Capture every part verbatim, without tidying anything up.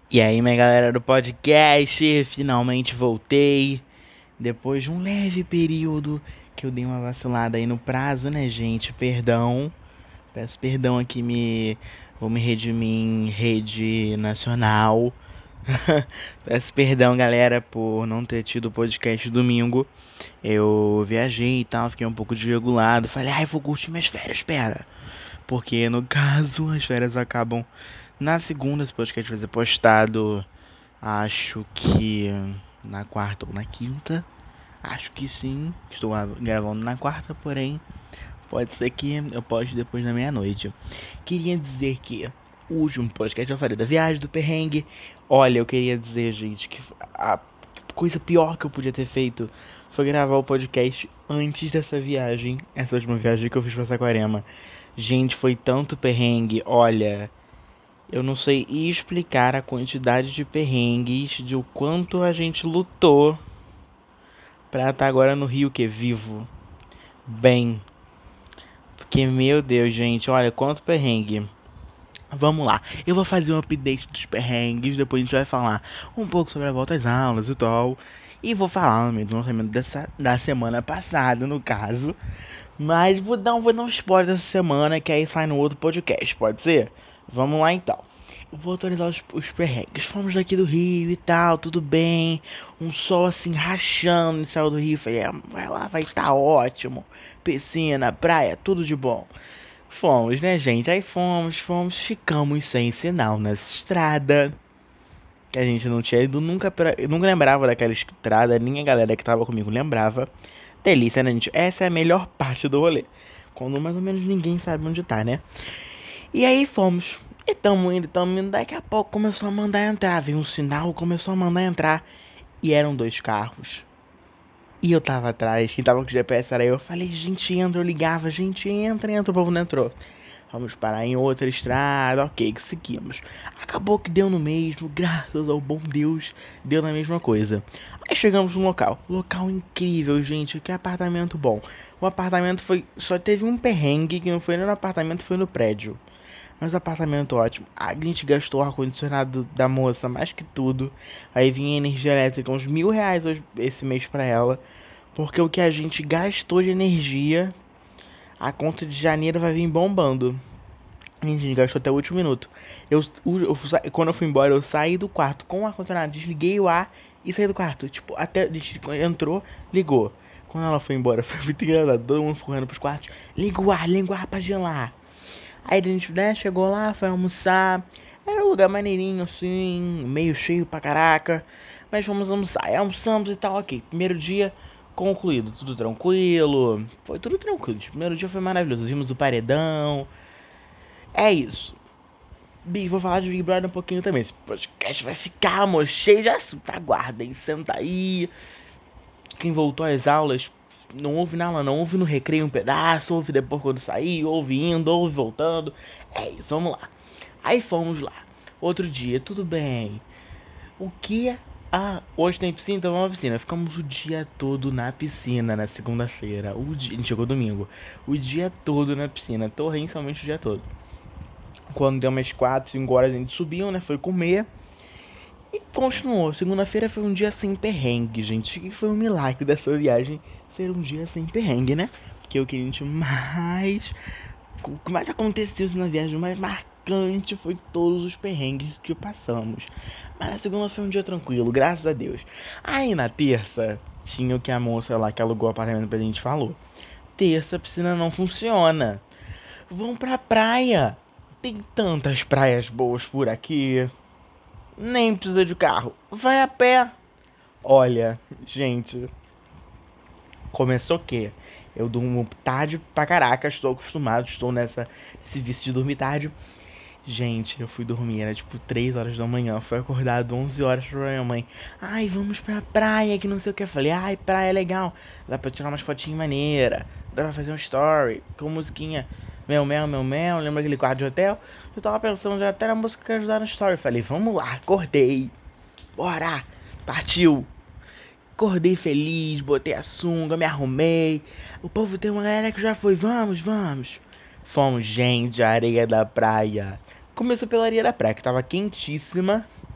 E aí, minha galera do podcast, finalmente voltei. Depois de um leve período que eu dei uma vacilada aí no prazo, né, gente? Perdão. Peço perdão aqui, me vou me redimir em rede nacional. Peço perdão, galera, por não ter tido o podcast domingo. Eu viajei e tal, fiquei um pouco desregulado. Falei, ai, vou curtir minhas férias, pera. Porque no caso, as férias acabam na segunda. Esse podcast vai ser postado, acho que na quarta ou na quinta. Acho que sim. Estou gravando na quarta, porém, pode ser que eu poste depois da meia-noite. Queria dizer que o último podcast eu falei da viagem, do perrengue. Olha, eu queria dizer, gente, que a coisa pior que eu podia ter feito foi gravar o podcast antes dessa viagem. Essa última viagem que eu fiz pra Saquarema. Gente, foi tanto perrengue. Olha, eu não sei explicar a quantidade de perrengues, de o quanto a gente lutou pra estar agora no Rio, que é vivo. Bem, porque meu Deus, gente, olha quanto perrengue. Vamos lá, eu vou fazer um update dos perrengues, depois a gente vai falar um pouco sobre a volta às aulas e tal. E vou falar no do lançamento dessa, da semana passada, no caso. Mas vou dar, um, vou dar um spoiler dessa semana, que aí sai no outro podcast, pode ser? Vamos lá então. Eu vou atualizar os, os perrengues. Fomos daqui do Rio e tal, tudo bem. Um sol assim rachando no céu do Rio. Falei, é, vai lá, vai estar tá ótimo. Piscina, praia, tudo de bom. Fomos, né, gente? Aí fomos, fomos, ficamos sem sinal nessa estrada. Que a gente não tinha ido nunca pra. Eu nunca lembrava daquela estrada, nem a galera que tava comigo lembrava. Delícia, né, gente? Essa é a melhor parte do rolê. Quando mais ou menos ninguém sabe onde tá, né? E aí fomos. E tamo indo, tamo indo. Daqui a pouco começou a mandar entrar. Veio um sinal, começou a mandar entrar. E eram dois carros. E eu tava atrás, quem tava com o G P S era eu. Eu falei, gente, entra, eu ligava, gente, entra, entra, o povo não entrou. Vamos parar em outra estrada, ok, seguimos. Acabou que deu no mesmo, graças ao bom Deus, deu na mesma coisa. Aí chegamos no local, local incrível, gente, que apartamento bom. O apartamento foi, só teve um perrengue, que não foi nem no apartamento, foi no prédio. Mas o apartamento ótimo. A gente gastou o ar-condicionado da moça mais que tudo. Aí vinha energia elétrica, uns mil reais esse mês pra ela. Porque o que a gente gastou de energia, a conta de janeiro vai vir bombando. A gente gastou até o último minuto. Eu, eu, eu, quando eu fui embora, eu saí do quarto com o ar-condicionado, desliguei o ar e saí do quarto. Tipo, até entrou, ligou. Quando ela foi embora, foi muito engraçado. Todo mundo correndo pros quartos. Liga o ar, liga o ar pra gelar. Aí a gente, né, chegou lá, foi almoçar. Era um lugar maneirinho, assim, meio cheio pra caraca. Mas fomos almoçar. Aí almoçamos e tal, ok. Primeiro dia concluído, tudo tranquilo. Foi tudo tranquilo. O primeiro dia foi maravilhoso. Vimos o paredão. É isso. Big, vou falar de Big Brother um pouquinho também. Esse podcast vai ficar, amor, cheio de assunto. Aguardem, senta aí. Quem voltou às aulas, não ouve na aula, não ouve no recreio um pedaço, ouve depois quando sair, ouve indo, ouve voltando. É isso, vamos lá. Aí fomos lá. Outro dia, tudo bem. O que? Ah, hoje tem piscina, então vamos à piscina. Ficamos o dia todo na piscina na segunda-feira. O dia, a gente chegou domingo. O dia todo na piscina, torrencialmente o dia todo. Quando deu umas quatro, cinco horas a gente subiu, né? Foi comer. E continuou. Segunda-feira foi um dia sem perrengue, gente. Que foi um milagre dessa viagem ser um dia sem perrengue, né? Porque o que a gente mais. O que mais aconteceu na viagem, o mais marcante foi todos os perrengues que passamos. Mas na segunda foi um dia tranquilo, graças a Deus. Aí na terça, tinha o que a moça lá que alugou o apartamento pra gente falou. Terça a piscina não funciona. Vão pra praia. Tem tantas praias boas por aqui. Nem precisa de carro. Vai a pé. Olha, gente, começou o quê? Eu durmo tarde pra caraca, estou acostumado, estou nessa, nesse vício de dormir tarde. Gente, eu fui dormir, era tipo três horas da manhã, fui acordado onze horas pra minha mãe. Ai, vamos pra praia, que não sei o que. Eu falei, ai, praia é legal, dá pra tirar umas fotinhas maneiras, dá pra fazer um story, com musiquinha. Meu mel, meu mel, lembra aquele quarto de hotel? Eu tava pensando já até na música que ia ajudar no story. Falei, vamos lá, acordei, bora, partiu. Acordei feliz, botei a sunga, me arrumei. O povo tem uma galera que já foi, vamos, vamos. Fomos, gente, a areia da praia. Começou pela areia da praia, que tava quentíssima.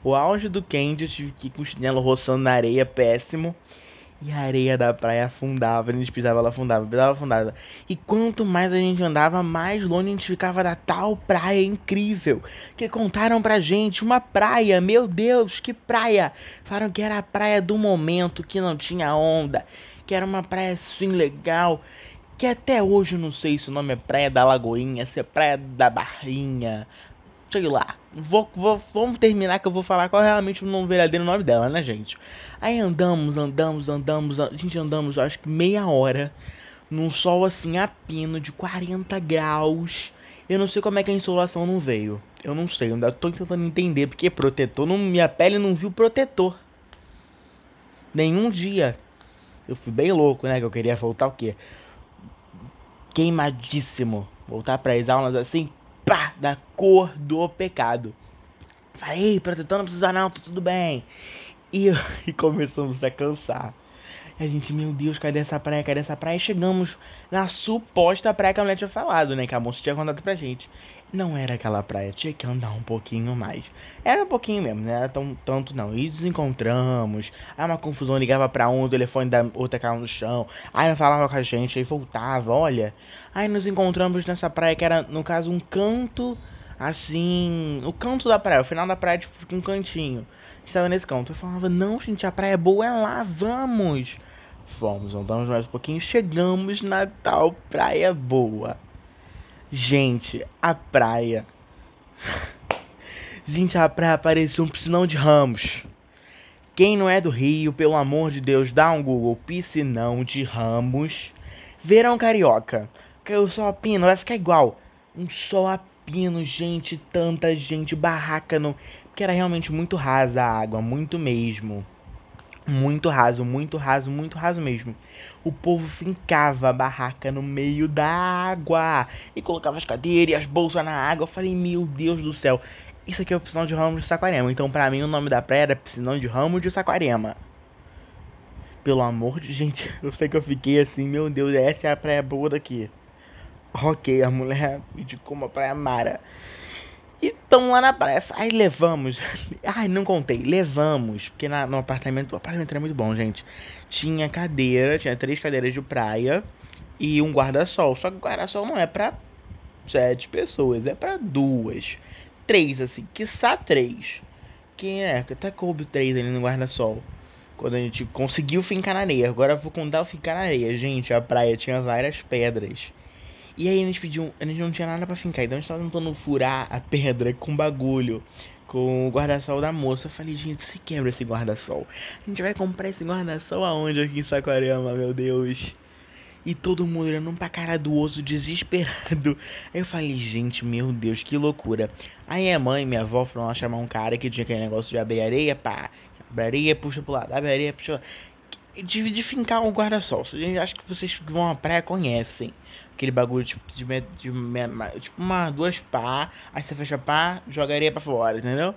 O auge do quente, eu tive que ir com o chinelo roçando na areia, péssimo. E a areia da praia afundava, a gente pisava, ela afundava, pisava, afundava. E quanto mais a gente andava, mais longe a gente ficava da tal praia incrível. Que contaram pra gente, uma praia, meu Deus, que praia! Falaram que era a praia do momento, que não tinha onda, que era uma praia assim legal. Que até hoje eu não sei se o nome é Praia da Lagoinha, se é Praia da Barrinha, sei lá. Vou, vou, vamos terminar que eu vou falar qual é realmente o nome verdadeiro nome dela, né, gente? Aí andamos, andamos, andamos, a gente andamos, acho que meia hora, num sol assim a pino de quarenta graus. Eu não sei como é que a insolação não veio. Eu não sei, eu ainda tô tentando entender porque protetor, não, minha pele não viu protetor. Nenhum dia. Eu fui bem louco, né? Que eu queria voltar o quê? Queimadíssimo. Voltar para as aulas assim, pá, da cor do pecado. Falei, protetor não precisa não, tá tudo bem. E, e começamos a cansar. E a gente, meu Deus, cadê essa praia, cadê essa praia? E chegamos na suposta praia que a mulher tinha falado, né? Que a moça tinha contado pra gente. Não era aquela praia, tinha que andar um pouquinho mais. Era um pouquinho mesmo, não era tão, tanto não. E desencontramos. Aí uma confusão, ligava pra um, o telefone da outra caiu no chão. Aí não falava com a gente, aí voltava, olha. Aí nos encontramos nessa praia que era, no caso, um canto, assim... O canto da praia, o final da praia, tipo, fica um cantinho. Estava nesse canto. Eu falava, não, gente, a praia é boa, é lá, vamos. Fomos, andamos mais um pouquinho, chegamos na tal praia boa. Gente, a praia. Gente, a praia parecia um piscinão de Ramos. Quem não é do Rio, pelo amor de Deus, dá um Google. Piscinão de Ramos. Verão carioca. Caiu sol a pino, vai ficar igual. Um sol a pino, gente, tanta gente, barraca no... Porque era realmente muito rasa a água, muito mesmo. Muito raso, muito raso, muito raso mesmo. O povo fincava a barraca no meio da água e colocava as cadeiras e as bolsas na água. Eu falei, meu Deus do céu, isso aqui é o Piscinão de Ramos de Saquarema. Então, pra mim, o nome da praia era Piscinão de Ramos de Saquarema. Pelo amor de gente, eu sei que eu fiquei assim, meu Deus, essa é a praia boa daqui. Ok, a mulher me indicou uma praia mara. E tamo lá na praia. Aí levamos. Ai, não contei. Levamos. Porque na, no apartamento. O apartamento era muito bom, gente. Tinha cadeira. Tinha três cadeiras de praia. E um guarda-sol. Só que o guarda-sol não é pra sete pessoas. É pra duas. Três, assim. Quiçá três. Quem é? Até coube três ali no guarda-sol. Quando a gente conseguiu ficar na areia. Agora eu vou contar o ficar na areia. Gente, a praia tinha várias pedras. E aí a gente pediu, a gente não tinha nada pra fincar, então a gente tava tentando furar a pedra com bagulho, com o guarda-sol da moça. Eu falei, gente, se quebra esse guarda-sol. A gente vai comprar esse guarda-sol aonde aqui em Saquarema, meu Deus? E todo mundo olhando um pra cara do osso, desesperado. Aí eu falei, gente, meu Deus, que loucura. Aí a mãe e minha avó foram lá chamar um cara que tinha aquele negócio de abrir areia, pá. Abre areia, puxa pro lado, abre areia, puxa pro lado. De, de fincar o guarda-sol. Acho que vocês que vão à praia conhecem. Aquele bagulho tipo de, de, de tipo uma, duas pá, aí você fecha pá, joga areia pra fora, entendeu?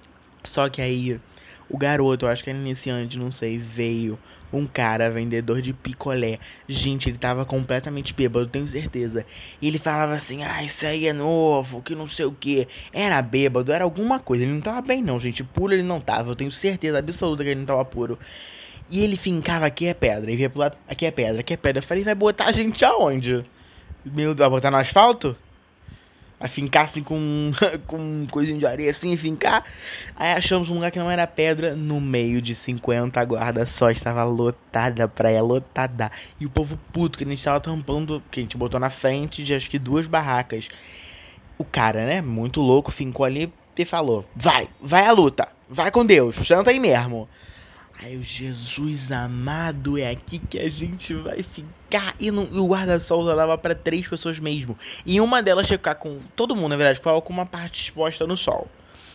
Só que aí o garoto, eu acho que era iniciante, não sei, veio um cara vendedor de picolé. Gente, ele tava completamente bêbado, tenho certeza. E ele falava assim: "Ah, isso aí é novo, que não sei o que". Era bêbado, era alguma coisa. Ele não tava bem não, gente. Puro ele não tava. Eu tenho certeza absoluta que ele não tava puro. E ele fincava aqui é pedra, e via pro lado, aqui é pedra, aqui é pedra. Eu falei, vai botar a gente aonde? Meu Deus, vai botar no asfalto? Vai fincar assim com, com coisinha de areia assim, fincar. Aí achamos um lugar que não era pedra, no meio de cinquenta guarda-só. Estava lotada a praia, lotada. E o povo puto, que a gente tava tampando, que a gente botou na frente de acho que duas barracas. O cara, né, muito louco, fincou ali e falou, vai, vai à luta, vai com Deus, senta aí mesmo. Aí o Jesus amado, é aqui que a gente vai ficar. E, não, e o guarda-sol só dava pra três pessoas mesmo. E uma delas tinha que ficar com todo mundo, na verdade, com uma parte exposta no sol.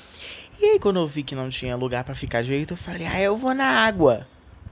E aí quando eu vi que não tinha lugar pra ficar direito, eu falei, ah, eu vou na água.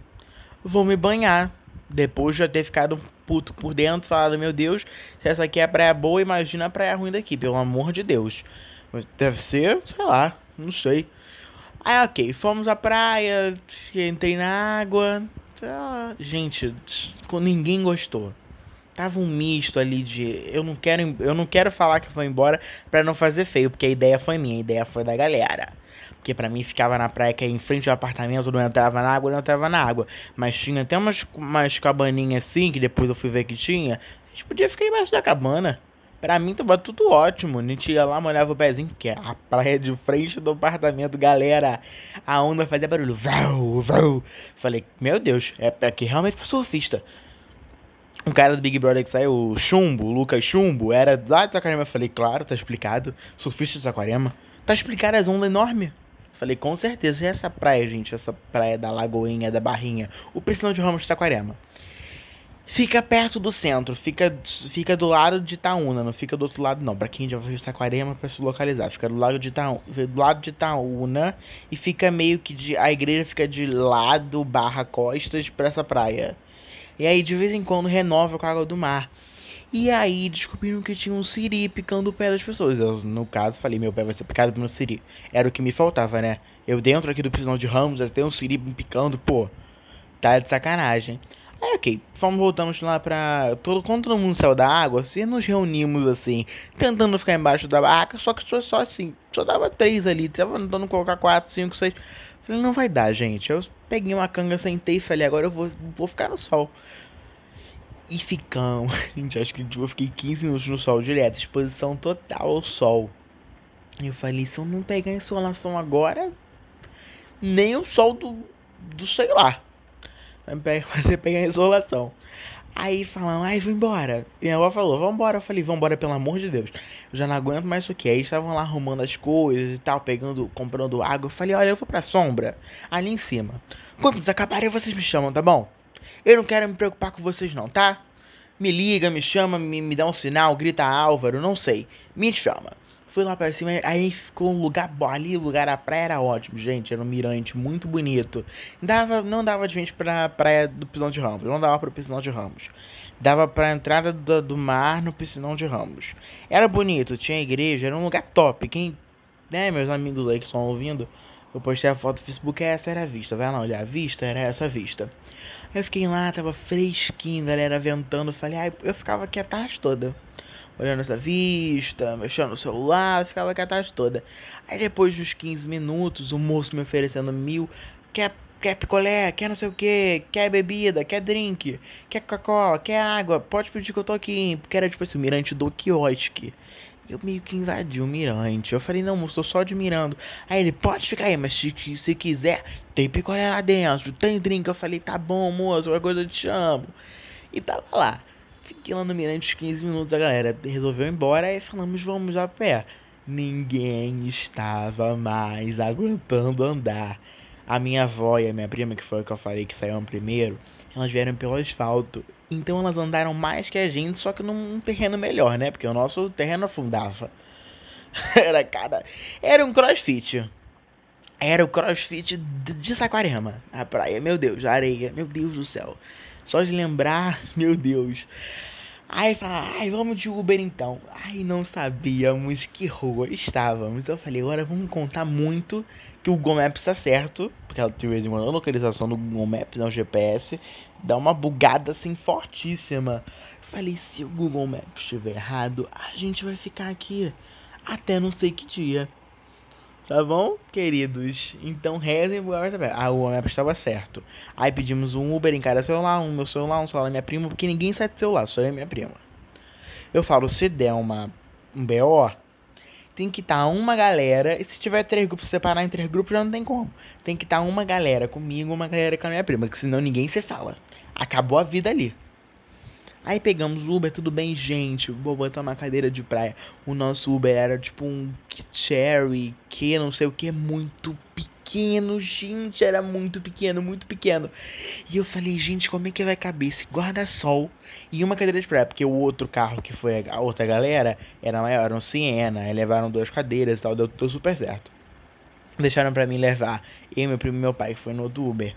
Vou me banhar. Depois de eu ter ficado puto por dentro, falado, meu Deus, se essa aqui é a praia boa, imagina a praia ruim daqui, pelo amor de Deus. Deve ser, sei lá, não sei. Aí, ok, fomos à praia, entrei na água. Tá, gente, ninguém gostou. Tava um misto ali de. Eu não quero, eu não quero falar que foi embora pra não fazer feio, porque a ideia foi minha, a ideia foi da galera. Porque pra mim ficava na praia que é em frente ao apartamento, não entrava na água, não entrava na água. Mas tinha até umas, umas cabaninhas assim, que depois eu fui ver que tinha. A gente podia ficar embaixo da cabana. Pra mim tava tudo ótimo. A gente ia lá, molhava o pezinho, que é a praia de frente do apartamento, galera. A onda fazia barulho. Vau, vau. Falei, meu Deus, é aqui realmente pro surfista. Um cara do Big Brother que saiu, o Chumbo, o Lucas Chumbo, era lá de Saquarema. Eu falei, claro, tá explicado. Surfista de Saquarema. Tá explicado, as ondas enormes. Falei, com certeza. E essa praia, gente? Essa praia da Lagoinha, da Barrinha. O Piscinão de Ramos de Saquarema. Fica perto do centro, fica, fica do lado de Itaúna, não fica do outro lado não. Pra quem já foi em Saquarema, pra se localizar, fica do lado de Itaúna, do lado de Itaúna e fica meio que de, a igreja fica de lado barra costas pra essa praia. E aí de vez em quando renova com a água do mar. E aí descobriram que tinha um siri picando o pé das pessoas. Eu, no caso, falei, meu pé vai ser picado por um siri. Era o que me faltava, né? Eu dentro aqui do Piscinão de Ramos, já tem um siri me picando, pô. Tá de sacanagem. Aí, ok, fomos, voltamos lá pra. Todo, quando todo mundo saiu da água, assim, nos reunimos assim, tentando ficar embaixo da barraca, só que só, só assim, só dava três ali, tava tentando colocar quatro, cinco, seis. Falei, não vai dar, gente. Eu peguei uma canga, sentei e falei, agora eu vou, vou ficar no sol. E ficamos, gente, acho que eu fiquei quinze minutos no sol direto, exposição total ao sol. E eu falei, se eu não pegar insolação agora, nem o sol do, do sei lá. Você pegar a isolação. Aí falam, ai, vou embora. Minha avó falou, vambora. Eu falei, vambora, pelo amor de Deus. Eu já não aguento mais isso aqui. Aí estavam lá arrumando as coisas e tal, pegando, comprando água. Eu falei, olha, eu vou pra sombra, ali em cima. Quando vocês acabarem, vocês me chamam, tá bom? Eu não quero me preocupar com vocês não, tá? Me liga, me chama, me, me dá um sinal, grita Álvaro, não sei. Me chama. Fui lá pra cima, aí ficou um lugar bom. Ali, o lugar da praia era ótimo, gente. Era um mirante muito bonito. Dava, não dava de frente pra praia do Piscinão de Ramos. Não dava pro Piscinão de Ramos. Dava pra entrada do, do mar no Piscinão de Ramos. Era bonito, tinha igreja, era um lugar top. Quem, né, meus amigos aí que estão ouvindo, eu postei a foto no Facebook, essa era a vista. Vai lá olhar, a vista era essa vista. Aí eu fiquei lá, tava fresquinho, galera ventando. Falei, ai, eu ficava aqui a tarde toda olhando essa vista, mexendo no celular, ficava aqui a tarde toda. Aí depois dos quinze minutos, o moço me oferecendo mil, quer, quer picolé, quer não sei o que, quer bebida, quer drink, quer Coca-Cola, quer água, pode pedir que eu tô aqui, porque era tipo assim, o mirante do quiosque. Eu meio que invadi o mirante. Eu falei, não, moço, tô só admirando. Aí ele, pode ficar aí, mas se, se quiser, tem picolé lá dentro, tem drink. Eu falei, tá bom, moço, qualquer coisa eu te chamo. E tava lá. Fiquei lá no mirante uns quinze minutos, a galera resolveu ir embora e falamos, vamos a pé. Ninguém estava mais aguentando andar. A minha avó e a minha prima, que foi o que eu falei que saíram primeiro, elas vieram pelo asfalto. Então elas andaram mais que a gente, só que num terreno melhor, né? Porque o nosso terreno afundava. Era cada... Era um crossfit. Era o crossfit de Saquarema. A praia, meu Deus, a areia, meu Deus do céu. Só de lembrar, meu Deus. Aí fala, ai, vamos de Uber então. Ai, não sabíamos que rua estávamos. Eu falei, agora vamos contar muito que o Google Maps tá certo. Porque ela de vez em quando a localização do Google Maps, não, o G P S, dá uma bugada assim fortíssima. Falei, se o Google Maps estiver errado, a gente vai ficar aqui até não sei que dia. Tá bom, queridos? Então rezem pro Google Maps. Ah, o Google Maps estava certo. Aí pedimos um Uber em cada celular, um no meu celular, um celular da minha prima, porque ninguém sai do celular, só eu e minha prima. Eu falo, se der uma, um B O, tem que estar uma galera, e se tiver três grupos, separar em três grupos já não tem como. Tem que estar uma galera comigo, uma galera com a minha prima, que senão ninguém se fala. Acabou a vida ali. Aí pegamos o Uber, tudo bem, gente. Vou botar uma cadeira de praia. O nosso Uber era tipo um Cherry, que não sei o que, muito pequeno, gente. Era muito pequeno, muito pequeno. E eu falei, gente, como é que vai caber esse guarda-sol e uma cadeira de praia? Porque o outro carro que foi a outra galera era maior, era um Siena. Aí levaram duas cadeiras e tal, deu tudo super certo. Deixaram pra mim levar. Eu, meu primo e meu pai, que foi no outro Uber.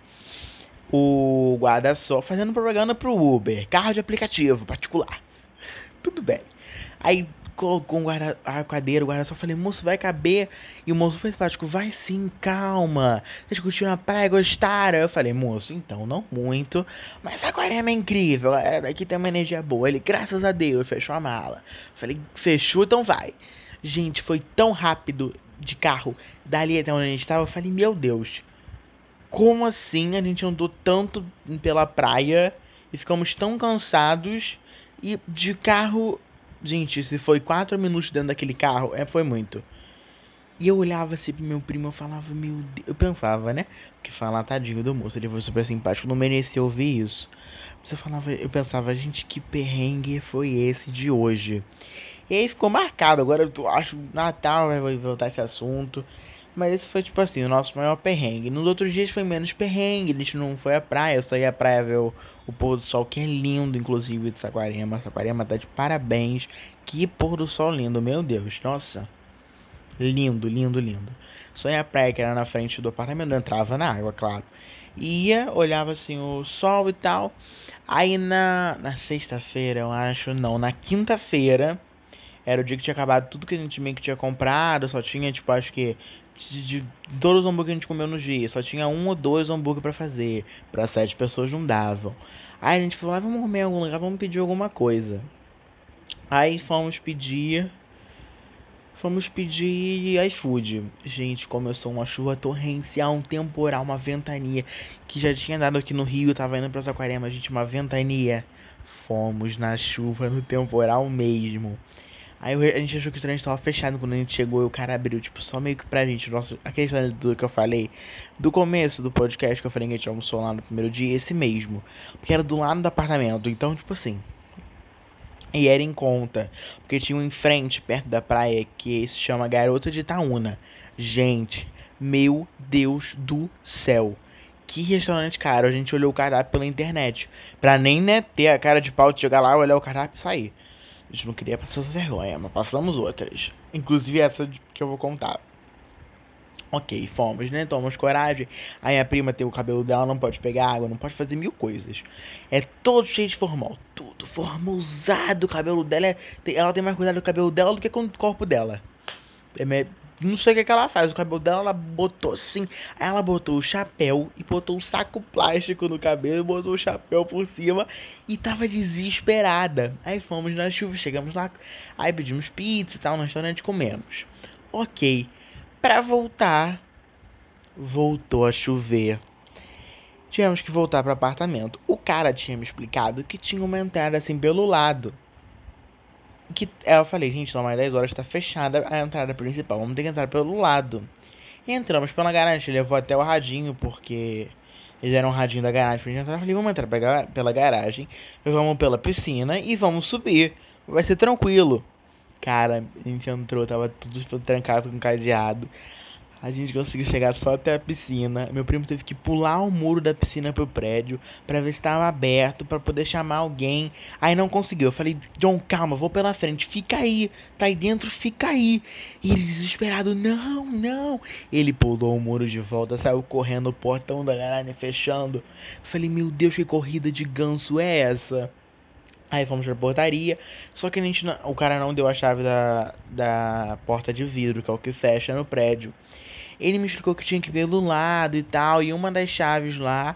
O guarda-sol fazendo propaganda pro Uber, carro de aplicativo particular. Tudo bem. Aí colocou um guarda, a cadeira, o guarda-sol, falei, moço, vai caber? E o moço foi simpático, vai sim, calma. Vocês curtiram a praia, gostaram? Eu falei, moço, então não muito, mas Saquarema é incrível, galera, aqui tem uma energia boa. Ele, graças a Deus, fechou a mala. Falei, fechou, então vai. Gente, foi tão rápido. de carro dali até onde a gente tava. Eu falei, meu Deus, como assim a gente andou tanto pela praia e ficamos tão cansados e de carro. Gente, se foi quatro minutos dentro daquele carro, é, foi muito. E eu olhava assim pro meu primo, eu falava, meu Deus. Eu pensava, né? Porque falar, tadinho do moço, ele foi super simpático, não merecia ouvir isso. Mas eu falava, eu pensava, gente, que perrengue foi esse de hoje? E aí ficou marcado. Agora eu tô- acho Natal vai voltar esse assunto. Mas esse foi, tipo assim, o nosso maior perrengue. Nos outros dias foi menos perrengue. A gente não foi à praia. Eu só ia à praia ver o, o pôr do sol, que é lindo, inclusive, de Saquarema. Saquarema tá de parabéns. Que pôr do sol lindo, meu Deus. Nossa. Lindo, lindo, lindo. Só ia à praia, que era na frente do apartamento. Entrava na água, claro. Ia, olhava assim o sol e tal. Aí na, na sexta-feira, eu acho, não, na quinta-feira. Era o dia que tinha acabado tudo que a gente meio que tinha comprado. Só tinha, tipo, acho que de, de todos os hambúrguer que a gente comeu no dia, só tinha um ou dois hambúrguer pra fazer. Pra sete pessoas não davam. Aí a gente falou, ah, vamos comer em algum lugar, vamos pedir alguma coisa. Aí fomos pedir. Fomos pedir iFood. Gente, começou uma chuva torrencial, um temporal, uma ventania. Que já tinha dado aqui no Rio, tava indo pra Saquarema, gente, uma ventania. Fomos na chuva, no temporal mesmo. Aí a gente achou que o trânsito estava fechado quando a gente chegou e o cara abriu, tipo, só meio que pra gente. Nosso, aquele trânsito do que eu falei, do começo do podcast que eu falei que a gente almoçou lá no primeiro dia, esse mesmo. Porque era do lado do apartamento, então, tipo assim. E era em conta, porque tinha um em frente, perto da praia, que se chama Garota de Itaúna. Gente, meu Deus do céu. Que restaurante caro. A gente olhou o cardápio pela internet. Pra nem, né, ter a cara de pau de chegar lá, olhar o cardápio e sair. A gente não queria passar essa vergonha, mas passamos outras. Inclusive essa que eu vou contar. Ok, fomos, né? Tomamos coragem. Aí a prima tem o cabelo dela, não pode pegar água, não pode fazer mil coisas. É todo cheio de formal. Tudo formosado. O cabelo dela é. Ela tem mais cuidado com o cabelo dela do que com o corpo dela. É me- Não sei o que, que ela faz. O cabelo dela, ela botou assim. Aí ela botou o chapéu e botou um saco plástico no cabelo e botou o chapéu por cima e tava desesperada. Aí fomos na chuva, chegamos lá. Aí pedimos pizza e tal, no restaurante comemos. Ok. Pra voltar, voltou a chover. Tivemos que voltar pro apartamento. O cara tinha me explicado que tinha uma entrada assim pelo lado. Que aí eu falei, gente, não, mais dez horas tá fechada a entrada principal. Vamos ter que entrar pelo lado. E entramos pela garagem. Levou até o radinho, porque eles deram um radinho da garagem pra gente entrar. Eu falei, vamos entrar pela, pela garagem, vamos pela piscina e vamos subir. Vai ser tranquilo. Cara, a gente entrou, tava tudo trancado com cadeado. A gente conseguiu chegar só até a piscina. Meu primo teve que pular o muro da piscina pro prédio pra ver se estava aberto pra poder chamar alguém. Aí não conseguiu. Eu falei, John, calma, vou pela frente. Fica aí. Tá aí dentro, fica aí. E ele desesperado, não, não. Ele pulou o muro de volta, saiu correndo, o portão da garagem fechando. Eu falei, meu Deus, que corrida de ganso é essa? Aí fomos pra portaria. Só que a gente não- o cara não deu a chave da, da porta de vidro, que é o que fecha no prédio. Ele me explicou que tinha que ir pelo lado e tal. E uma das chaves lá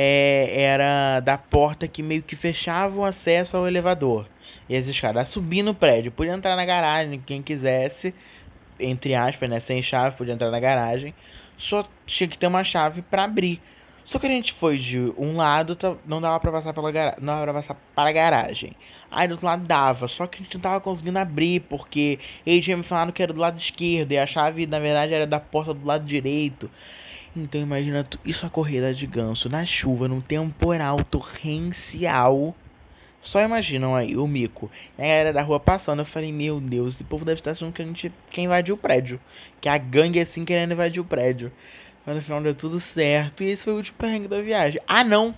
é, era da porta que meio que fechava o acesso ao elevador. E as escadas subir no prédio. Podia entrar na garagem, quem quisesse, entre aspas, né? Sem chave, podia entrar na garagem. Só tinha que ter uma chave pra abrir. Só que a gente foi de um lado, tá- não dava pra passar pela garagem, não dava pra passar para a garagem. Aí do outro lado dava, só que a gente não tava conseguindo abrir, porque ele tinha me falado que era do lado esquerdo, e a chave, na verdade, era da porta do lado direito. Então imagina isso, a corrida de ganso na chuva, num temporal torrencial. Só imaginam aí o mico. E a galera da rua passando, eu falei, meu Deus, esse povo deve estar achando que a gente quer invadir o prédio. Que a gangue é assim querendo invadir o prédio. Mas no final deu tudo certo. E esse foi o último perrengue da viagem. Ah, não!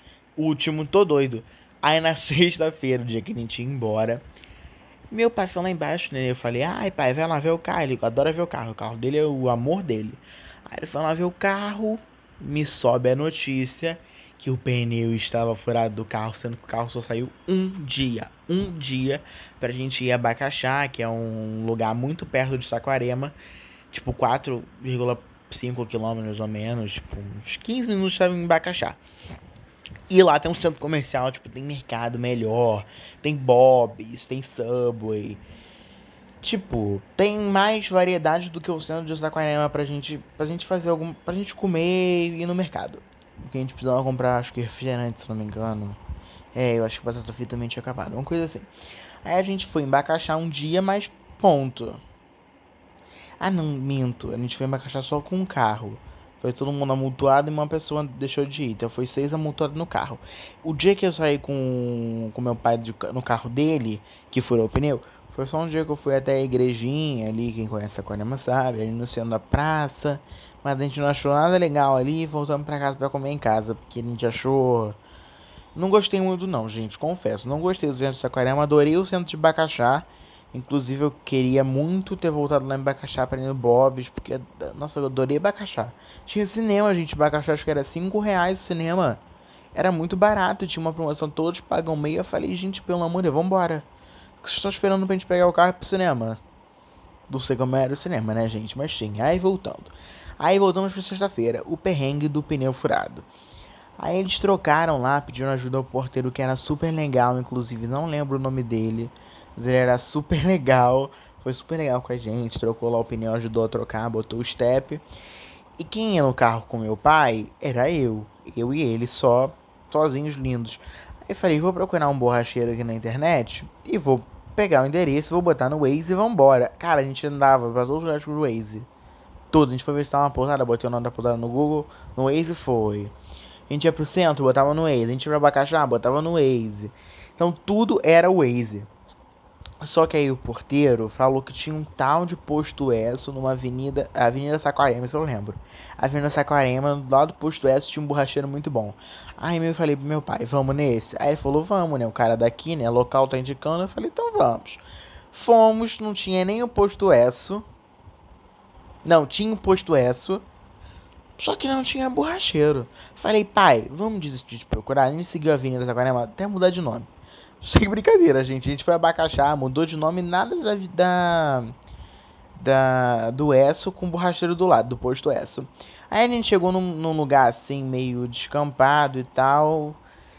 O último, tô doido. Aí na sexta-feira, o dia que a gente ia embora, meu pai foi lá embaixo, né? Eu falei, ai pai, vai lá ver o carro. Ele adora ver o carro. O carro dele é o amor dele. Aí ele foi lá ver o carro. Me sobe a notícia que o pneu estava furado do carro, sendo que o carro só saiu um dia. Um dia pra gente ir a Bacaxá, que é um lugar muito perto de Saquarema. Tipo, quatro vírgula cinco quilômetros ou menos. Tipo, uns quinze minutos estava em Bacaxá. E lá tem um centro comercial, tipo, tem mercado melhor, tem Bob's, tem Subway. Tipo, tem mais variedade do que o centro de Saquarema pra gente, pra gente fazer algum, pra gente comer e ir no mercado. Porque a gente precisava comprar, acho que refrigerante, se não me engano. É, eu acho que batata frita também tinha acabado, uma coisa assim. Aí a gente foi em Bacaxá um dia, mas ponto. Ah, não, minto. A gente foi em Bacaxá só com um carro. Foi todo mundo amultuado e uma pessoa deixou de ir. Então foi seis amultuados no carro. O dia que eu saí com, com meu pai de no carro dele, que furou o pneu, foi só um dia que eu fui até a igrejinha ali, quem conhece a Aquarema sabe, ali no centro da praça. Mas a gente não achou nada legal ali e voltamos pra casa pra comer em casa. Porque a gente achou. Não gostei muito não, gente, confesso. Não gostei do centro de Saquarema, adorei o centro de Bacaxá. Inclusive eu queria muito ter voltado lá em Bacaxá pra ir no Bob's, porque, nossa, eu adorei Bacaxá. Tinha cinema, gente, Bacaxá acho que era cinco reais o cinema. Era muito barato, tinha uma promoção, todos pagam meio. Eu falei, gente, pelo amor de Deus, vambora. Vocês estão esperando pra gente pegar o carro e ir pro cinema? Não sei como era o cinema, né, gente, mas tinha. Aí voltando. Aí voltamos pra sexta-feira, o perrengue do pneu furado. Aí eles trocaram lá, pediram ajuda ao porteiro que era super legal, inclusive não lembro o nome dele, mas ele era super legal, foi super legal com a gente, trocou lá o pneu, ajudou a trocar, botou o step. E quem ia no carro com meu pai era eu, eu e ele só, sozinhos lindos. Aí falei, vou procurar um borracheiro aqui na internet e vou pegar o endereço, vou botar no Waze e vambora. Cara, a gente andava para todos os lugares com o Waze. Tudo, a gente foi visitar uma pousada, botei o nome da pousada no Google, no Waze foi. A gente ia pro centro, botava no Waze. A gente ia pra Bacaxá, botava no Waze. Então tudo era Waze. Só que aí o porteiro falou que tinha um tal de posto S numa avenida, Avenida Saquarema, isso eu lembro. Avenida Saquarema, do lado do posto S tinha um borracheiro muito bom. Aí eu falei pro meu pai, vamos nesse? Aí ele falou, vamos, né? O cara daqui, né? Local tá indicando. Eu falei, então vamos. Fomos, não tinha nem o posto S. Não, tinha o posto S. Só que não tinha borracheiro. Falei, pai, vamos desistir de procurar. A gente seguiu a Avenida Saquarema até mudar de nome. Sem brincadeira, gente. A gente foi abacaxar, mudou de nome, nada da, da, da do Esso com o borracheiro do lado, do posto Esso. Aí a gente chegou num, num lugar assim, meio descampado e tal.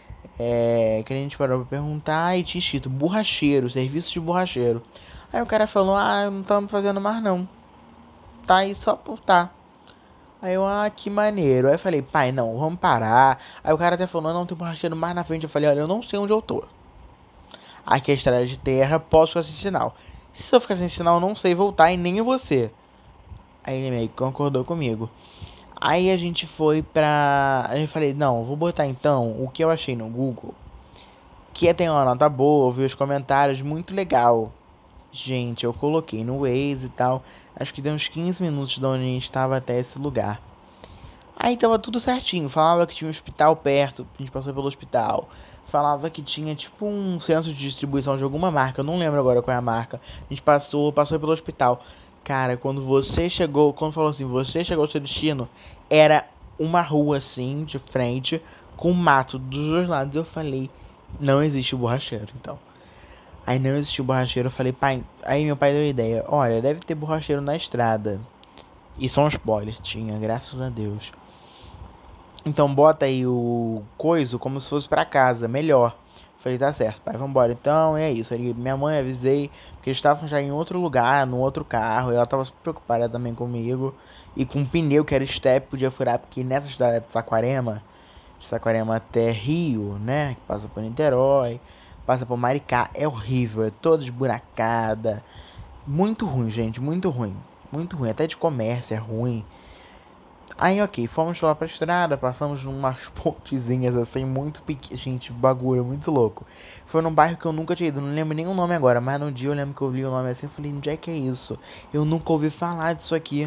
É, que a gente parou pra perguntar e tinha escrito borracheiro, serviço de borracheiro. Aí o cara falou, ah, não estamos fazendo mais não. Tá aí só por tá. Aí eu, ah, que maneiro. Aí eu falei, pai, não, vamos parar. Aí o cara até falou, não, tem borracheiro mais na frente. Eu falei, olha, eu não sei onde eu tô. Aqui é estrada de terra, posso ficar sem sinal. Se eu ficar sem sinal, eu não sei voltar e nem você. Aí ele meio que concordou comigo. Aí a gente foi pra. Aí eu falei, não, vou botar então o que eu achei no Google. Que tem uma nota boa, ouvi os comentários, muito legal. Gente, eu coloquei no Waze e tal. Acho que deu uns quinze minutos de onde a gente estava até esse lugar. Aí tava tudo certinho. Falava que tinha um hospital perto, a gente passou pelo hospital. Falava que tinha tipo um centro de distribuição de alguma marca, eu não lembro agora qual é a marca. A gente passou, passou pelo hospital. Cara, quando você chegou, quando falou assim, você chegou ao seu destino, era uma rua assim, de frente, com mato dos dois lados. Eu falei, não existe borracheiro, então. Aí não existiu borracheiro, eu falei, pai. Aí meu pai deu a ideia: olha, deve ter borracheiro na estrada. E só um spoiler, tinha, graças a Deus. Então bota aí o coiso como se fosse pra casa, melhor. Falei, tá certo, pai, vambora. Então é isso. Aí minha mãe avisei, porque eles estavam já em outro lugar, no outro carro. E ela tava super preocupada também comigo. E com um pneu que era step, podia furar, porque nessa estrada de Saquarema, de Saquarema até Rio, né? Que passa por Niterói, passa por Maricá, é horrível, é toda esburacada. Muito ruim, gente, muito ruim. Muito ruim, até de comércio é ruim. Aí, ok, fomos lá pra estrada, passamos umas pontezinhas assim, muito pequenas. Gente, bagulho, muito louco. Foi num bairro que eu nunca tinha ido, não lembro nem o nome agora, mas no dia eu lembro que eu vi o nome assim, eu falei, onde é que é isso? Eu nunca ouvi falar disso aqui.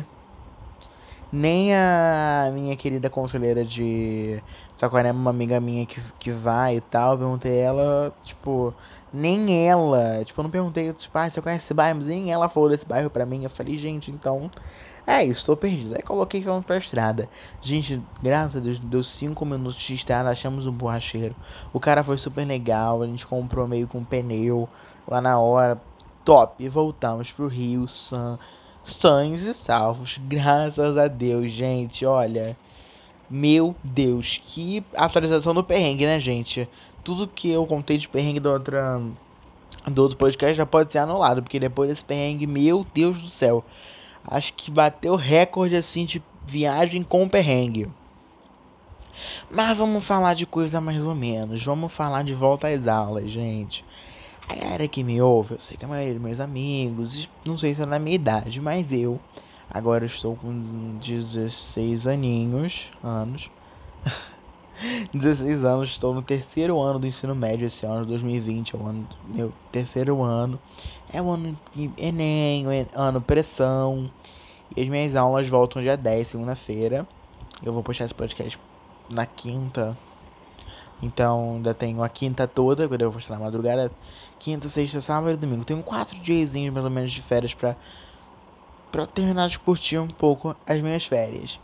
Nem a minha querida conselheira de Saquarema, uma amiga minha que, que vai e tal, eu perguntei ela, tipo, nem ela, tipo, eu não perguntei, tipo, ah, você conhece esse bairro? Mas nem ela falou desse bairro pra mim. Eu falei, gente, então, é isso, tô perdido. Aí coloquei que vamos pra estrada. Gente, graças a Deus, deu cinco minutos de estrada, achamos um borracheiro. O cara foi super legal, a gente comprou meio com pneu lá na hora, top. E voltamos pro Rio, San sãos e salvos, graças a Deus, gente. Olha, meu Deus, que atualização do perrengue, né, gente? Tudo que eu contei de perrengue da outra do outro podcast já pode ser anulado, porque depois desse perrengue, meu Deus do céu, acho que bateu recorde assim de viagem com perrengue. Mas vamos falar de coisa mais ou menos. Vamos falar de volta às aulas, gente. A galera que me ouve, eu sei que a maioria dos meus amigos, não sei se é na minha idade, mas eu agora estou com dezesseis aninhos, anos. dezesseis anos, estou no terceiro ano do ensino médio esse ano, dois mil e vinte, é o ano, meu terceiro ano. É o ano de Enem, é ano pressão. E as minhas aulas voltam dia dez, segunda-feira. Eu vou postar esse podcast na quinta. Então ainda tenho a quinta toda, que eu devo postar na madrugada. Quinta, sexta, sábado e domingo. Tenho quatro dias mais ou menos de férias pra, pra terminar de curtir um pouco as minhas férias.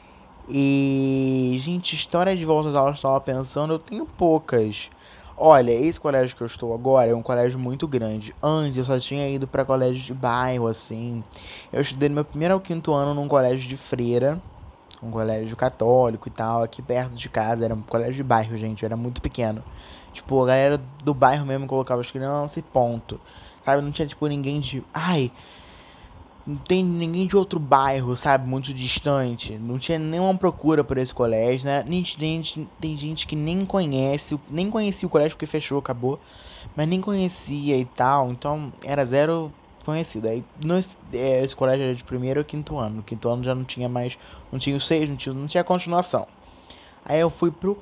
E, gente, história de volta às aulas, eu tava pensando, eu tenho poucas. Olha, esse colégio que eu estou agora é um colégio muito grande. Antes eu só tinha ido pra colégio de bairro, assim. Eu estudei no meu primeiro ao quinto ano num colégio de freira, um colégio católico e tal, aqui perto de casa. Era um colégio de bairro, gente, era muito pequeno. Tipo, a galera do bairro mesmo colocava as crianças e ponto. Sabe, não tinha, tipo, ninguém de... Ai, não tem ninguém de outro bairro, sabe, muito distante. Não tinha nenhuma procura por esse colégio, né? Nem, gente, tem gente que nem conhece, nem conhecia o colégio porque fechou, acabou. Mas nem conhecia e tal, então era zero conhecido. Aí nesse, é, esse colégio era de primeiro ou quinto ano. No quinto ano já não tinha mais, não tinha o seis, não tinha, não tinha continuação. Aí eu fui pro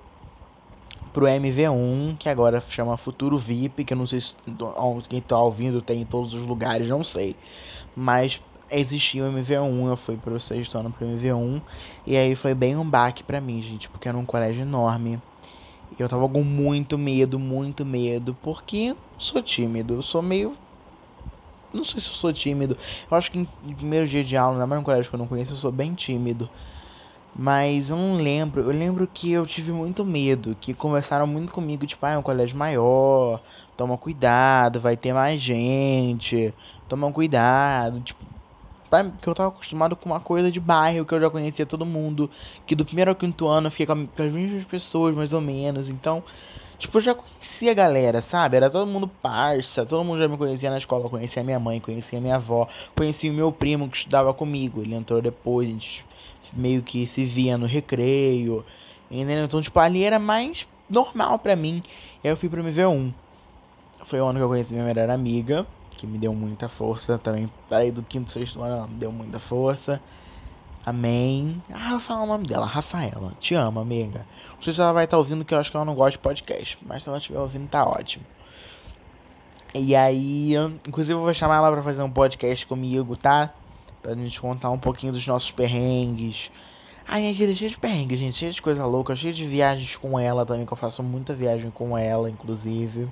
pro M V um, que agora chama Futuro V I P, que eu não sei se quem tá ouvindo tem em todos os lugares, não sei. Mas existia o M V um, eu fui pro sexto ano pro M V um, e aí foi bem um baque pra mim, gente, porque era um colégio enorme. E eu tava com muito medo, muito medo, porque eu sou tímido, eu sou meio... Não sei se eu sou tímido, eu acho que em primeiro dia de aula, ainda mais num colégio que eu não conheço, eu sou bem tímido. Mas eu não lembro. Eu lembro que eu tive muito medo. Que conversaram muito comigo, tipo, ah, é um colégio maior. Toma cuidado, vai ter mais gente. Toma cuidado. Tipo, porque eu tava acostumado com uma coisa de bairro, que eu já conhecia todo mundo. Que do primeiro ao quinto ano eu fiquei com, a, com as mesmas pessoas, mais ou menos. Então, tipo, eu já conhecia a galera, sabe? Era todo mundo parça. Todo mundo já me conhecia na escola. Eu conhecia a minha mãe, conhecia a minha avó. Conhecia o meu primo que estudava comigo. Ele entrou depois, a gente meio que se via no recreio, entendeu? Então, tipo, ali era mais normal pra mim. E aí eu fui pro M V um. Foi o ano que eu conheci minha melhor amiga, que me deu muita força também. Parei do quinto, sexto ano, ela me deu muita força. Amém. Ah, eu falo o nome dela, Rafaela. Te amo, amiga. Não sei se ela vai estar ouvindo, que eu acho que ela não gosta de podcast. Mas se ela estiver ouvindo, tá ótimo. E aí, inclusive eu vou chamar ela pra fazer um podcast comigo, tá? Pra gente contar um pouquinho dos nossos perrengues. Ai, minha vida é cheia de perrengues, gente. Cheia de coisa louca. Cheia de viagens com ela também, que eu faço muita viagem com ela, inclusive.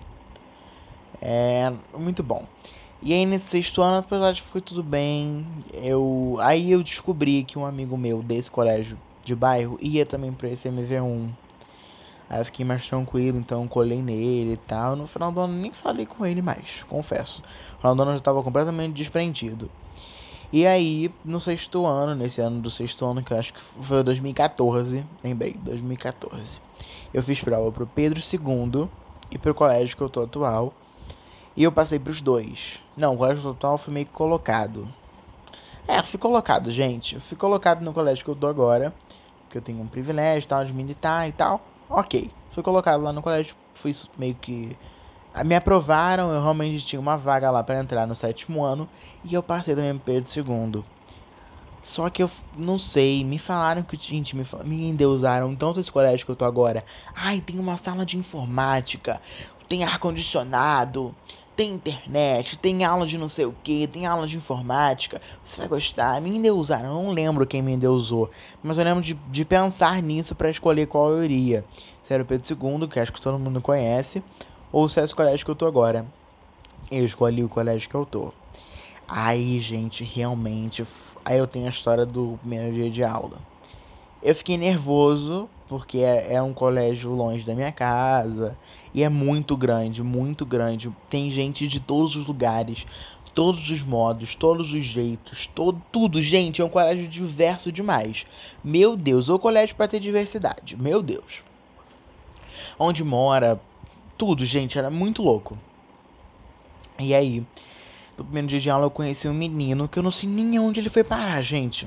É muito bom. E aí, nesse sexto ano, apesar de foi tudo bem, eu... Aí eu descobri que um amigo meu desse colégio de bairro ia também pra esse M V um. Aí eu fiquei mais tranquilo, então colei nele e tal. No final do ano nem falei com ele mais, confesso. No final do ano eu já tava completamente desprendido. E aí, no sexto ano, nesse ano do sexto ano, que eu acho que foi dois mil e quatorze, lembrei, dois mil e quatorze, eu fiz prova pro Pedro segundo e pro colégio que eu tô atual. E eu passei pros dois. Não, o colégio que eu tô atual foi meio que colocado. É, eu fui colocado, gente. Eu fui colocado no colégio que eu tô agora, porque eu tenho um privilégio, tal, de militar e tal. Ok, fui colocado lá no colégio, fui meio que... Me aprovaram, eu realmente tinha uma vaga lá pra entrar no sétimo ano, e eu passei também pro Pedro segundo. Só que eu não sei, me falaram que, gente, me, me endeusaram tanto esse colégio que eu tô agora. Ai, tem uma sala de informática, tem ar-condicionado, tem internet, tem aula de não sei o que, tem aula de informática. Você vai gostar. Me endeusaram, eu não lembro quem me endeusou, mas eu lembro de, de pensar nisso pra escolher qual eu iria. Se era o Pedro segundo, que acho que todo mundo conhece, ou se é esse colégio que eu tô agora. Eu escolhi o colégio que eu tô. Aí, gente, realmente. Aí eu tenho a história do primeiro dia de aula. Eu fiquei nervoso, porque é, é um colégio longe da minha casa. E é muito grande, muito grande. Tem gente de todos os lugares, todos os modos, todos os jeitos, todo, tudo. Gente, é um colégio diverso demais. Meu Deus, o colégio pra ter diversidade. Meu Deus. Onde mora, tudo, gente, era muito louco. E aí, no primeiro dia de aula eu conheci um menino que eu não sei nem onde ele foi parar, gente.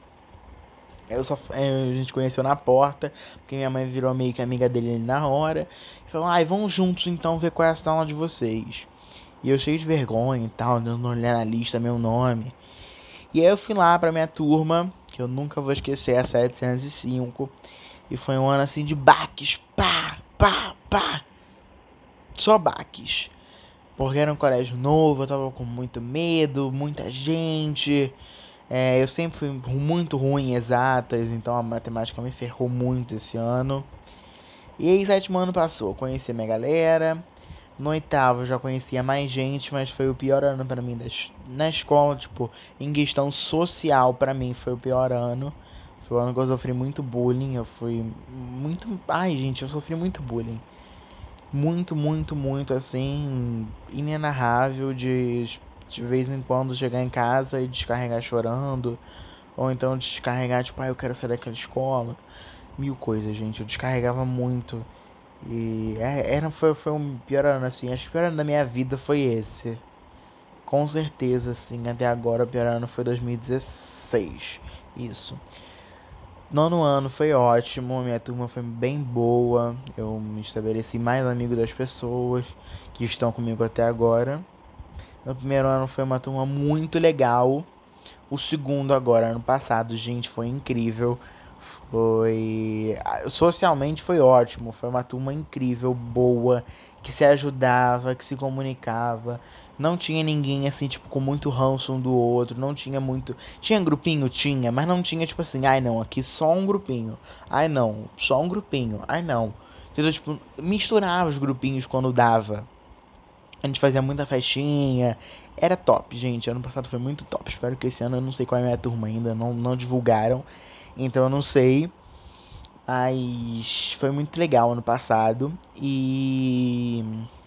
Eu só, é, a gente conheceu na porta, porque minha mãe virou meio que amiga dele ali na hora. E falou, ai, vamos juntos então ver qual é a sala de vocês. E eu cheio de vergonha e tal, dando olhar na lista meu nome. E aí eu fui lá pra minha turma, que eu nunca vou esquecer, a setecentos e cinco. E foi um ano assim de baques, pá, pá, pá. Só baques. Porque era um colégio novo, eu tava com muito medo, muita gente. É, eu sempre fui muito ruim em exatas, então a matemática me ferrou muito esse ano. E aí, sétimo ano passou, conheci a minha galera. No oitavo eu já conhecia mais gente, mas foi o pior ano pra mim das, na escola, tipo, em questão social pra mim foi o pior ano. Foi o ano que eu sofri muito bullying, eu fui muito, ai gente, eu sofri muito bullying. Muito, muito, muito assim, inenarrável de de vez em quando chegar em casa e descarregar chorando, ou então descarregar tipo, ah, eu quero sair daquela escola. Mil coisas, gente, eu descarregava muito. E é, era, foi, foi um pior ano, assim. Acho que o pior ano da minha vida foi esse. Com certeza, assim, até agora o pior ano foi dois mil e dezesseis. Isso. Nono ano foi ótimo, minha turma foi bem boa. Eu me estabeleci mais amigo das pessoas que estão comigo até agora. No primeiro ano foi uma turma muito legal. O segundo agora, ano passado, gente, foi incrível. Foi. Socialmente foi ótimo. Foi uma turma incrível, boa, que se ajudava, que se comunicava. Não tinha ninguém assim, tipo, com muito ranço um do outro. Não tinha muito. Tinha grupinho? Tinha, mas não tinha, tipo assim, ai não, aqui só um grupinho. Ai não, só um grupinho. Ai não. Entendeu? Tipo, misturava os grupinhos quando dava. A gente fazia muita festinha. Era top, gente. Ano passado foi muito top. Espero que esse ano eu não sei qual é a minha turma ainda. Não, não divulgaram. Então eu não sei. Mas foi muito legal ano passado. E.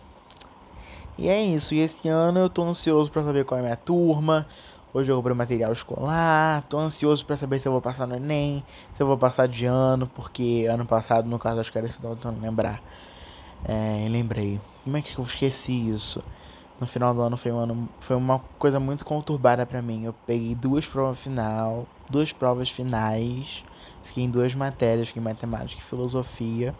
E é isso. E esse ano eu tô ansioso pra saber qual é a minha turma. Hoje eu vou pro material escolar. Tô ansioso pra saber se eu vou passar no Enem. Se eu vou passar de ano. Porque ano passado, no caso, acho que era isso que eu tava tentando lembrar. É, lembrei. Como é que eu esqueci isso? No final do ano foi um ano, foi uma coisa muito conturbada pra mim. Eu peguei duas provas final, duas provas finais, fiquei em duas matérias, fiquei em matemática e filosofia.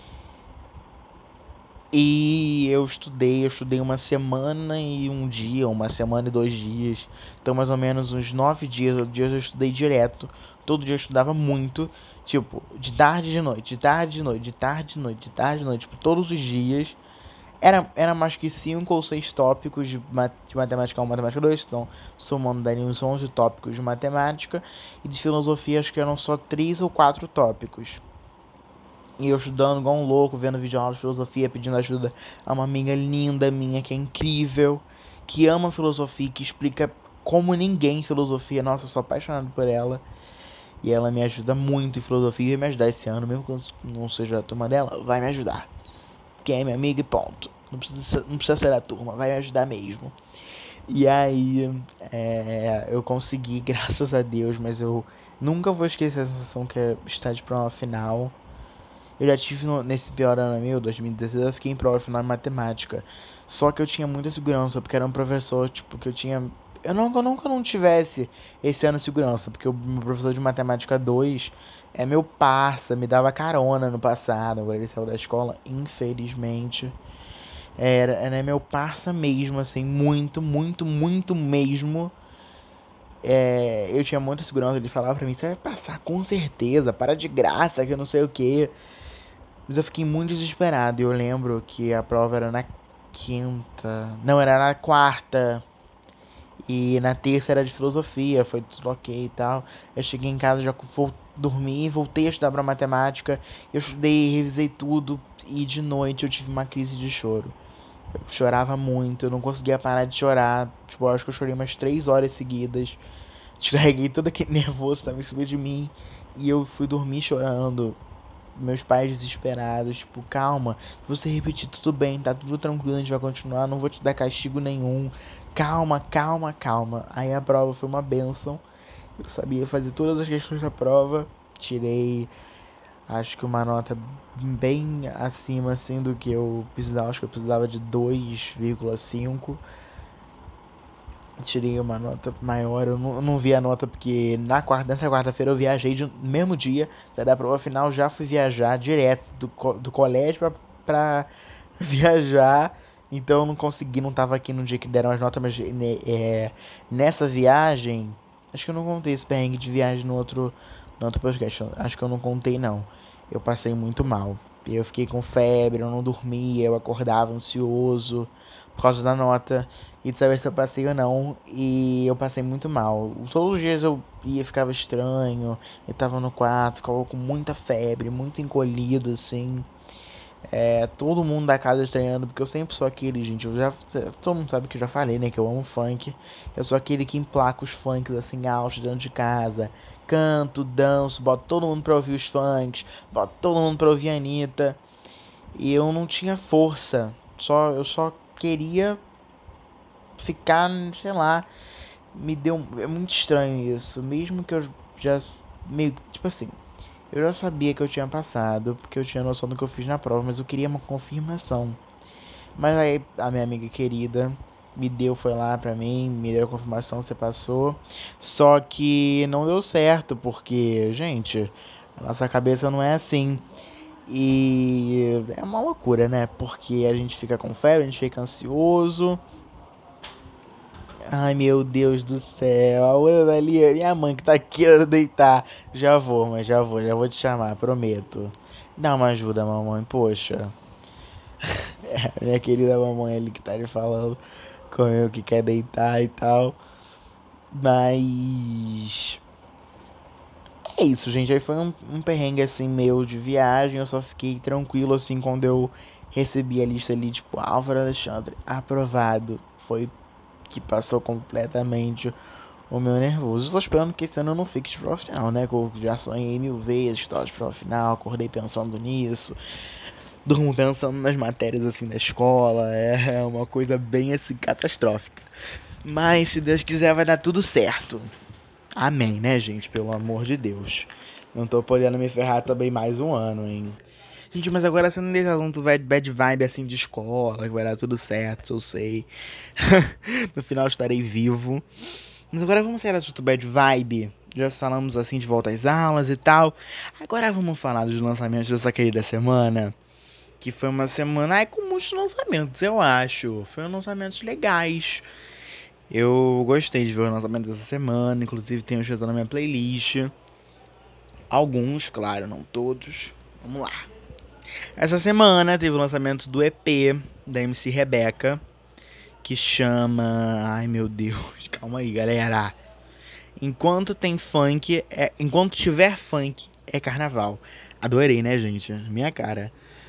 E eu estudei, eu estudei uma semana e um dia, uma semana e dois dias. Então mais ou menos uns nove dias, dias eu estudei direto. Todo dia eu estudava muito. Tipo, de tarde de noite, de tarde de noite, de tarde de noite, de tarde de noite, tipo, todos os dias. Era, era mais que cinco ou seis tópicos de, mat de matemática um, matemática dois, então somando daria uns onze tópicos de matemática, e de filosofia acho que eram só três ou quatro tópicos. E eu estudando igual um louco, vendo vídeo aula de filosofia, pedindo ajuda a uma amiga linda minha, que é incrível, que ama filosofia, que explica como ninguém filosofia. Nossa, eu sou apaixonado por ela. E ela me ajuda muito em filosofia e vai me ajudar esse ano, mesmo que eu não seja a turma dela, vai me ajudar. Porque é minha amiga e ponto. Não precisa, não precisa ser da turma, vai me ajudar mesmo. E aí, é, eu consegui, graças a Deus, mas eu nunca vou esquecer a sensação que é estar de prova final. Eu já tive no, nesse pior ano meu, dois mil e dezesseis, eu fiquei em prova final em matemática. Só que eu tinha muita segurança, porque era um professor, tipo, que eu tinha. Eu, não, eu nunca não tivesse esse ano segurança, porque o meu professor de matemática dois é meu parça, me dava carona no passado, agora ele saiu da escola, infelizmente. Era, era meu parça mesmo, assim, muito, muito, muito mesmo. É, eu tinha muita segurança, ele falava pra mim, você vai passar com certeza, para de graça, que eu não sei o que. Mas eu fiquei muito desesperado. E eu lembro que a prova era na quinta. Não, era na quarta. E na terça era de filosofia. Foi tudo ok e tal. Eu cheguei em casa, já vou dormir, voltei a estudar pra matemática. Eu estudei, revisei tudo. E de noite eu tive uma crise de choro. Eu chorava muito, eu não conseguia parar de chorar. Tipo, eu acho que eu chorei umas três horas seguidas. Descarreguei todo aquele nervoso que tava em cima de mim. E eu fui dormir chorando. Meus pais desesperados, tipo, calma, se você repetir tudo bem, tá tudo tranquilo, a gente vai continuar, não vou te dar castigo nenhum. Calma, calma, calma. Aí a prova foi uma benção. Eu sabia fazer todas as questões da prova. Tirei, acho que uma nota bem acima, assim, do que eu precisava. Acho que eu precisava de dois vírgula cinco. tirei uma nota maior. Eu não, eu não vi a nota porque na quarta, nessa quarta-feira eu viajei no mesmo dia. Já da prova final, já fui viajar direto do, do colégio pra, pra viajar. Então eu não consegui, não tava aqui no dia que deram as notas, mas né, é, nessa viagem. Acho que eu não contei esse perrengue de viagem no outro, no outro podcast. Acho que eu não contei, não. Eu passei muito mal. Eu fiquei com febre, eu não dormia, eu acordava ansioso por causa da nota e de saber se eu passei ou não. E eu passei muito mal. Todos os dias eu ia, ficava estranho, eu tava no quarto, ficava com muita febre, muito encolhido assim. É, todo mundo da casa estranhando, porque eu sempre sou aquele, gente. Eu já, todo mundo sabe que eu já falei, né? Que eu amo funk. Eu sou aquele que emplaca os funks assim altos dentro de casa. Canto, danço, boto todo mundo pra ouvir os funks, boto todo mundo pra ouvir a Anitta. E eu não tinha força. Só, eu só queria ficar, sei lá. Me deu. É muito estranho isso. Mesmo que eu já. Meio. Tipo assim. Eu já sabia que eu tinha passado, porque eu tinha noção do que eu fiz na prova, mas eu queria uma confirmação. Mas aí a minha amiga querida me deu, foi lá pra mim, me deu a confirmação, você passou. Só que não deu certo, porque, gente, a nossa cabeça não é assim. E é uma loucura, né? Porque a gente fica com febre, a gente fica ansioso. Ai, meu Deus do céu. A outra dali, minha mãe que tá querendo deitar. Já vou, mas já vou, já vou te chamar, prometo. Dá uma ajuda, mamãe, poxa. É, minha querida mamãe ali que tá lhe falando comigo que quer deitar e tal. Mas. É isso, gente. Aí foi um, um perrengue assim meu de viagem. Eu só fiquei tranquilo assim quando eu recebi a lista ali, tipo, Álvaro Alexandre, aprovado. Foi que passou completamente o meu nervoso. Estou esperando que esse ano eu não fique de prova final, né? Que eu já sonhei mil vezes história de prova final, acordei pensando nisso, durmo pensando nas matérias assim da escola. É uma coisa bem assim catastrófica. Mas se Deus quiser vai dar tudo certo. Amém, né, gente? Pelo amor de Deus. Não tô podendo me ferrar também mais um ano, hein? Gente, mas agora sendo nesse assunto bad, bad vibe assim de escola, que vai dar tudo certo, eu sei. No final estarei vivo. Mas agora vamos sair do assunto bad vibe. Já falamos assim de volta às aulas e tal. Agora vamos falar dos lançamentos dessa querida semana. Que foi uma semana ai, com muitos lançamentos, eu acho. Foram lançamentos legais. Eu gostei de ver o lançamento dessa semana. Inclusive tenho escutado na minha playlist. Alguns, claro, não todos. Vamos lá. Essa semana teve o lançamento do E P da M C Rebeca. Que chama. Ai meu Deus, calma aí, galera. Enquanto tem funk, é... enquanto tiver funk, é carnaval. Adorei, né, gente? Minha cara.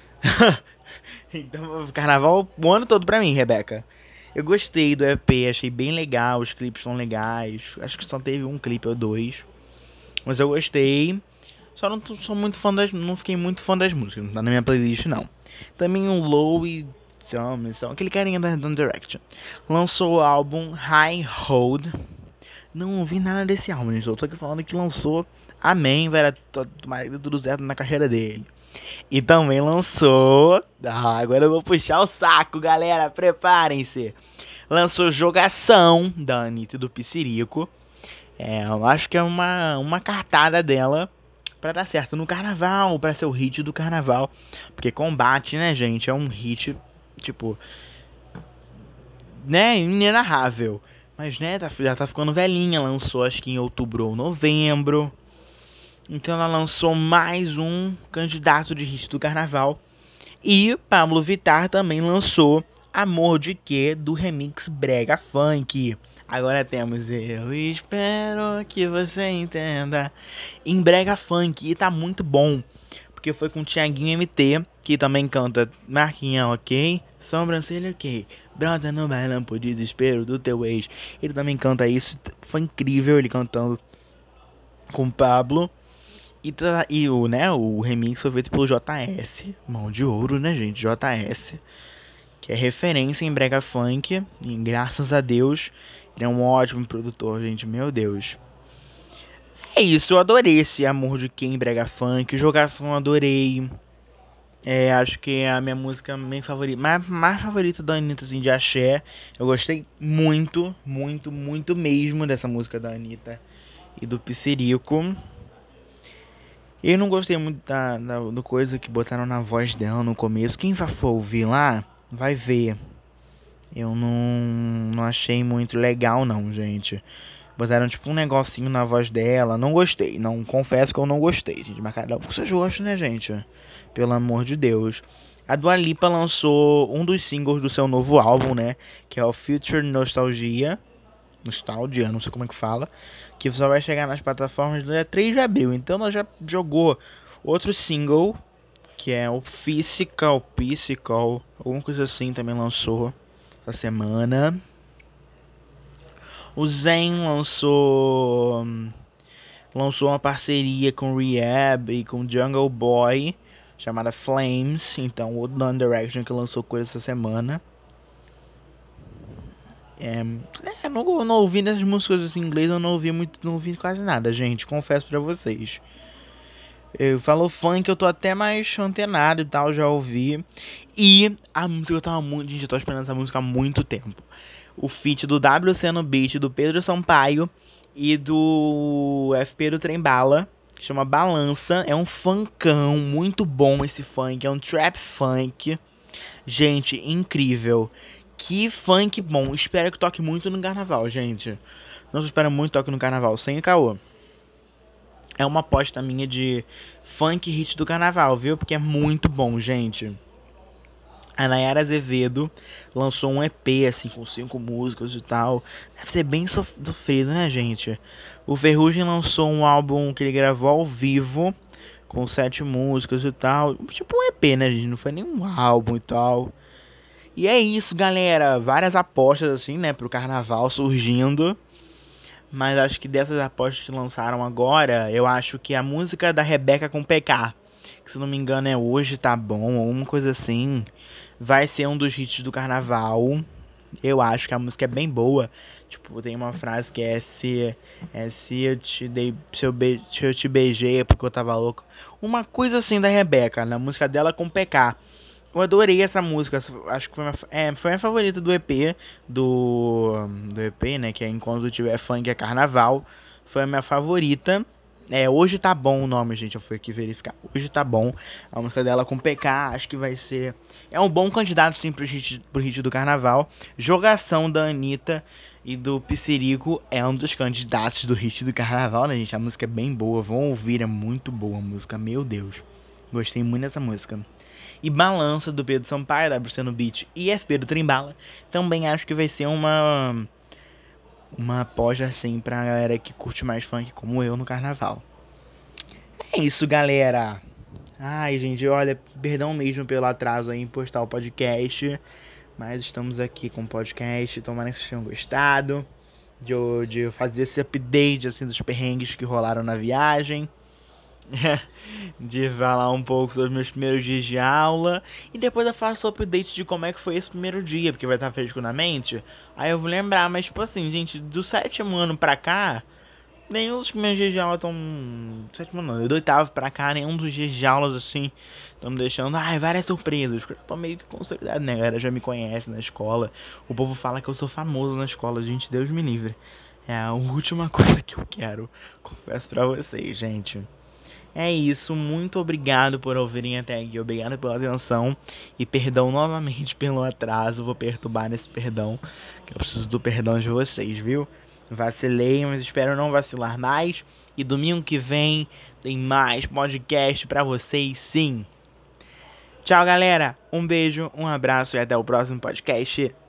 Então, carnaval o ano todo pra mim, Rebeca. Eu gostei do E P, achei bem legal, os clipes são legais. Acho que só teve um clipe ou dois. Mas eu gostei. Só não tô- sou muito fã das. Não fiquei muito fã das músicas, não tá na minha playlist não. Também o Low e Thompson, aquele carinha da One Direction, lançou o álbum High Hold. Não ouvi nada desse álbum, gente. Eu tô aqui falando que lançou. Amém, velho. Tomara que dê tudo certo na carreira dele. E também lançou. Ah, agora eu vou puxar o saco, galera. Preparem-se. Lançou Jogação da Anitta e do Pissirico. É, eu acho que é uma, uma cartada dela pra dar certo no carnaval, pra ser o hit do carnaval. Porque Combate, né, gente? É um hit, tipo, né, inenarrável. Mas, né, tá, já tá ficando velhinha. Lançou acho que em outubro ou novembro. Então ela lançou mais um candidato de hit do carnaval. E Pablo Vittar também lançou Amor de Quê do remix Brega Funk. Agora temos Eu Espero Que Você Entenda em Brega Funk. E tá muito bom. Porque foi com o Thiaguinho M T, que também canta Marquinha, ok? Sobrancelha, ok? Brota no bailão por desespero do teu ex. Ele também canta isso. Foi incrível ele cantando com o Pablo. E, tra- e o, né, o remix foi feito pelo J S. Mão de ouro, né, gente? J S. Que é referência em brega funk. E graças a Deus, ele é um ótimo produtor, gente. Meu Deus. É isso, eu adorei esse Amor de Quem brega funk. Jogação eu adorei. É, acho que é a minha música bem favorita, mais, mais favorita da Anitta, assim, de axé. Eu gostei muito, muito, muito mesmo dessa música da Anitta e do Psirico. Eu não gostei muito da, da do coisa que botaram na voz dela no começo. Quem vai for ouvir lá, vai ver. Eu não, não achei muito legal não, gente. Botaram tipo um negocinho na voz dela. Não gostei. Não confesso que eu não gostei, gente. Mas cada um com seus gostos, né, gente? Pelo amor de Deus. A Dua Lipa lançou um dos singles do seu novo álbum, né? Que é o Future Nostalgia. Nostalgia, não sei como é que fala. Que só vai chegar nas plataformas no dia três de abril. Então ela já jogou outro single. Que é o Physical, Physical. Alguma coisa assim também lançou essa semana. O Zayn lançou lançou uma parceria com Rehab e com Jungle Boy chamada Flames, então o One Direction que lançou coisa essa semana. É, é não, eu não ouvi nessas músicas em inglês, eu não ouvi muito, não ouvi quase nada, gente, confesso pra vocês. Eu falo funk, eu tô até mais antenado e tal, já ouvi. E a música eu tava muito, gente, eu tô esperando essa música há muito tempo. O feat do W C no beat, do Pedro Sampaio e do F P do Trembala, que chama Balança. É um funkão, muito bom esse funk, é um trap funk. Gente, incrível. Que funk bom. Espero que toque muito no carnaval, gente. Não se espera muito que toque no carnaval, sem caô. É uma aposta minha de funk hit do carnaval, viu? Porque é muito bom, gente. A Nayara Azevedo lançou um E P, assim, com cinco músicas e tal. Deve ser bem sof- sofrido, né, gente? O Ferrugem lançou um álbum que ele gravou ao vivo, com sete músicas e tal. Tipo um E P, né, gente? Não foi nenhum álbum e tal. E é isso, galera. Várias apostas, assim, né, pro carnaval surgindo. Mas acho que dessas apostas que lançaram agora, eu acho que a música da Rebeca com P K, que se não me engano é Hoje Tá Bom, ou uma coisa assim, vai ser um dos hits do carnaval. Eu acho que a música é bem boa. Tipo, tem uma frase que é se, é, se eu te dei, se eu, be, se eu te beijei é porque eu tava louco. Uma coisa assim da Rebeca, na música dela com P K. Eu adorei essa música, acho que foi, uma, é, foi a minha favorita do E P, do, do E P, né, que é Enquanto Tiver Funk é Carnaval, foi a minha favorita. É, Hoje Tá Bom o nome, gente, eu fui aqui verificar, Hoje Tá Bom, a música dela com P K, acho que vai ser, é um bom candidato sim pro hit, pro hit do Carnaval. Jogação da Anitta e do Psirico é um dos candidatos do hit do Carnaval, né, gente, a música é bem boa, vão ouvir, é muito boa a música, meu Deus, gostei muito dessa música. E Balança do Pedro Sampaio, W C no Beat e F P do Trembala. Também acho que vai ser uma uma aposta assim pra galera que curte mais funk como eu no carnaval. É isso, galera. Ai, gente, olha, perdão mesmo pelo atraso aí em postar o podcast. Mas estamos aqui com o podcast. Tomara que vocês tenham gostado de, de fazer esse update assim dos perrengues que rolaram na viagem. De falar um pouco sobre meus primeiros dias de aula. E depois eu faço o update de como é que foi esse primeiro dia, porque vai estar fresco na mente. Aí eu vou lembrar, mas tipo assim, gente, do sétimo ano pra cá, nenhum dos meus dias de aula estão. Sétimo ano, não, do oitavo pra cá, nenhum dos dias de aulas assim estão me deixando. Ai, várias surpresas. Eu tô meio que consolidado, né? A galera já me conhece na escola. O povo fala que eu sou famoso na escola, gente, Deus me livre. É a última coisa que eu quero. Confesso pra vocês, gente. É isso, muito obrigado por ouvirem até aqui, obrigado pela atenção e perdão novamente pelo atraso, vou perturbar nesse perdão, que eu preciso do perdão de vocês, viu? Vacilei, mas espero não vacilar mais e domingo que vem tem mais podcast pra vocês, sim. Tchau, galera, um beijo, um abraço e até o próximo podcast.